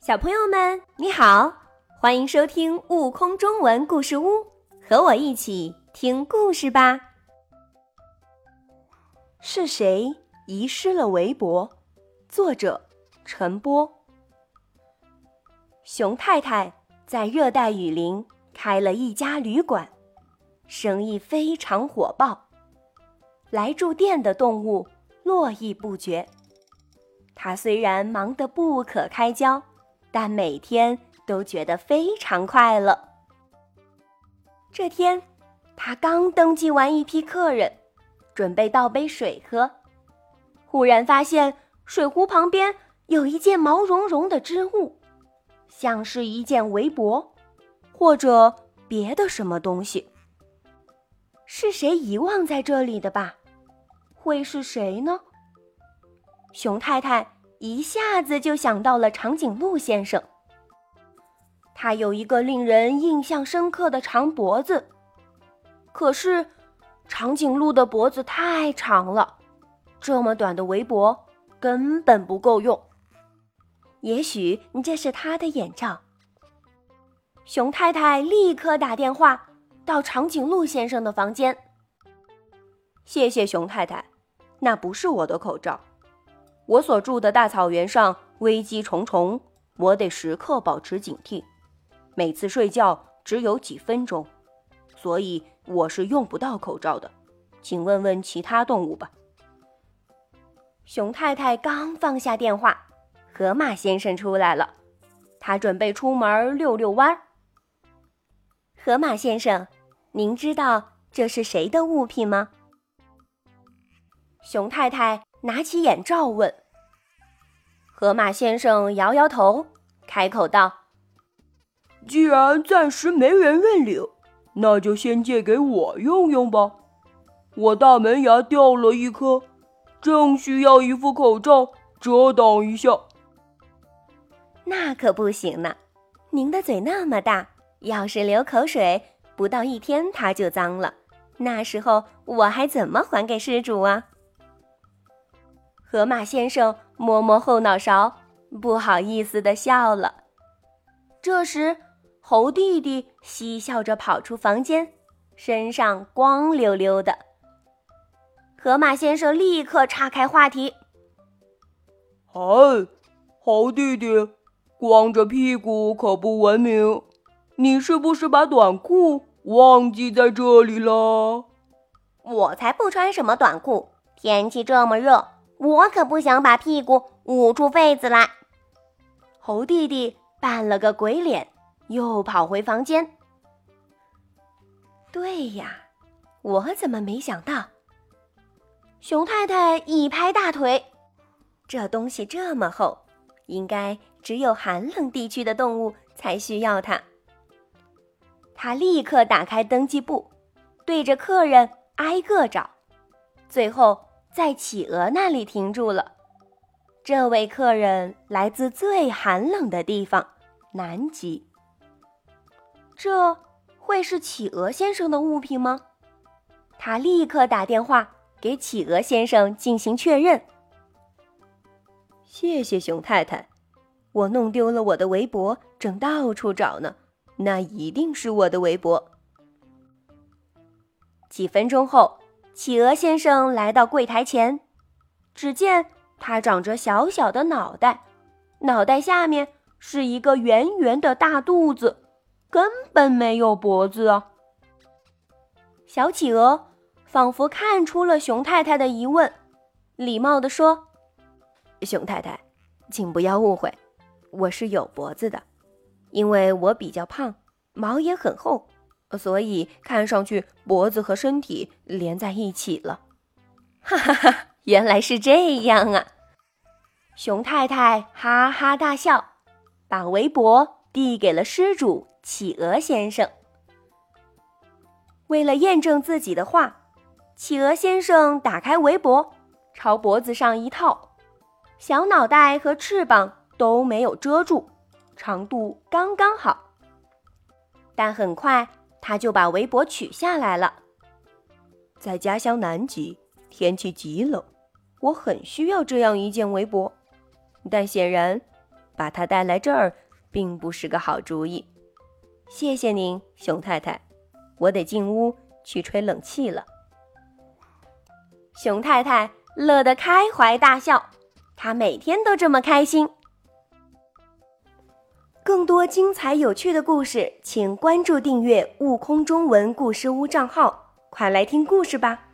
小朋友们，你好，欢迎收听悟空中文故事屋，和我一起听故事吧。 是谁遗失了围脖？作者陈波。熊太太在热带雨林开了一家旅馆，生意非常火爆，来住店的动物络绎不绝。她虽然忙得不可开交，但每天都觉得非常快乐。这天，他刚登记完一批客人，准备倒杯水喝，忽然发现水壶旁边有一件毛茸茸的织物，像是一件围脖，或者别的什么东西。是谁遗忘在这里的吧？会是谁呢？熊太太一下子就想到了长颈鹿先生。他有一个令人印象深刻的长脖子，可是长颈鹿的脖子太长了，这么短的围脖根本不够用。也许这是他的眼罩。熊太太立刻打电话到长颈鹿先生的房间。谢谢熊太太，那不是我的口罩。我所住的大草原上危机重重，我得时刻保持警惕，每次睡觉只有几分钟，所以我是用不到口罩的，请问问其他动物吧。熊太太刚放下电话，河马先生出来了，他准备出门遛遛弯。河马先生，您知道这是谁的物品吗？熊太太拿起眼罩问。河马先生摇摇头，开口道： 既然暂时没人认领，那就先借给我用用吧。我大门牙掉了一颗，正需要一副口罩遮挡一下。 那可不行呢，您的嘴那么大，要是流口水，不到一天它就脏了，那时候我还怎么还给失主啊？河马先生摸摸后脑勺，不好意思地笑了。这时，猴弟弟嬉笑着跑出房间，身上光溜溜的。河马先生立刻岔开话题： 嗨，猴弟弟，光着屁股可不文明，你是不是把短裤忘记在这里了？ 我才不穿什么短裤，天气这么热，我可不想把屁股捂出痱子来。猴弟弟扮了个鬼脸，又跑回房间。对呀，我怎么没想到？熊太太一拍大腿，这东西这么厚，应该只有寒冷地区的动物才需要它。他立刻打开登记簿，对着客人挨个找，最后在企鹅那里停住了。这位客人来自最寒冷的地方，南极。这会是企鹅先生的物品吗？他立刻打电话给企鹅先生进行确认。谢谢熊太太，我弄丢了我的围脖，正到处找呢，那一定是我的围脖。几分钟后，企鹅先生来到柜台前，只见他长着小小的脑袋，脑袋下面是一个圆圆的大肚子，根本没有脖子啊。小企鹅仿佛看出了熊太太的疑问，礼貌地说：熊太太，请不要误会，我是有脖子的，因为我比较胖，毛也很厚，所以看上去脖子和身体连在一起了。哈哈哈，原来是这样啊！熊太太哈哈大笑，把围脖递给了失主企鹅先生。为了验证自己的话，企鹅先生打开围脖，朝脖子上一套，小脑袋和翅膀都没有遮住，长度刚刚好。但很快他就把围脖取下来了。在家乡南极，天气极冷，我很需要这样一件围脖，但显然把它带来这儿并不是个好主意。谢谢您，熊太太，我得进屋去吹冷气了。 熊太太乐得开怀大笑，她每天都这么开心。更多精彩有趣的故事，请关注订阅悟空中文故事屋账号，快来听故事吧。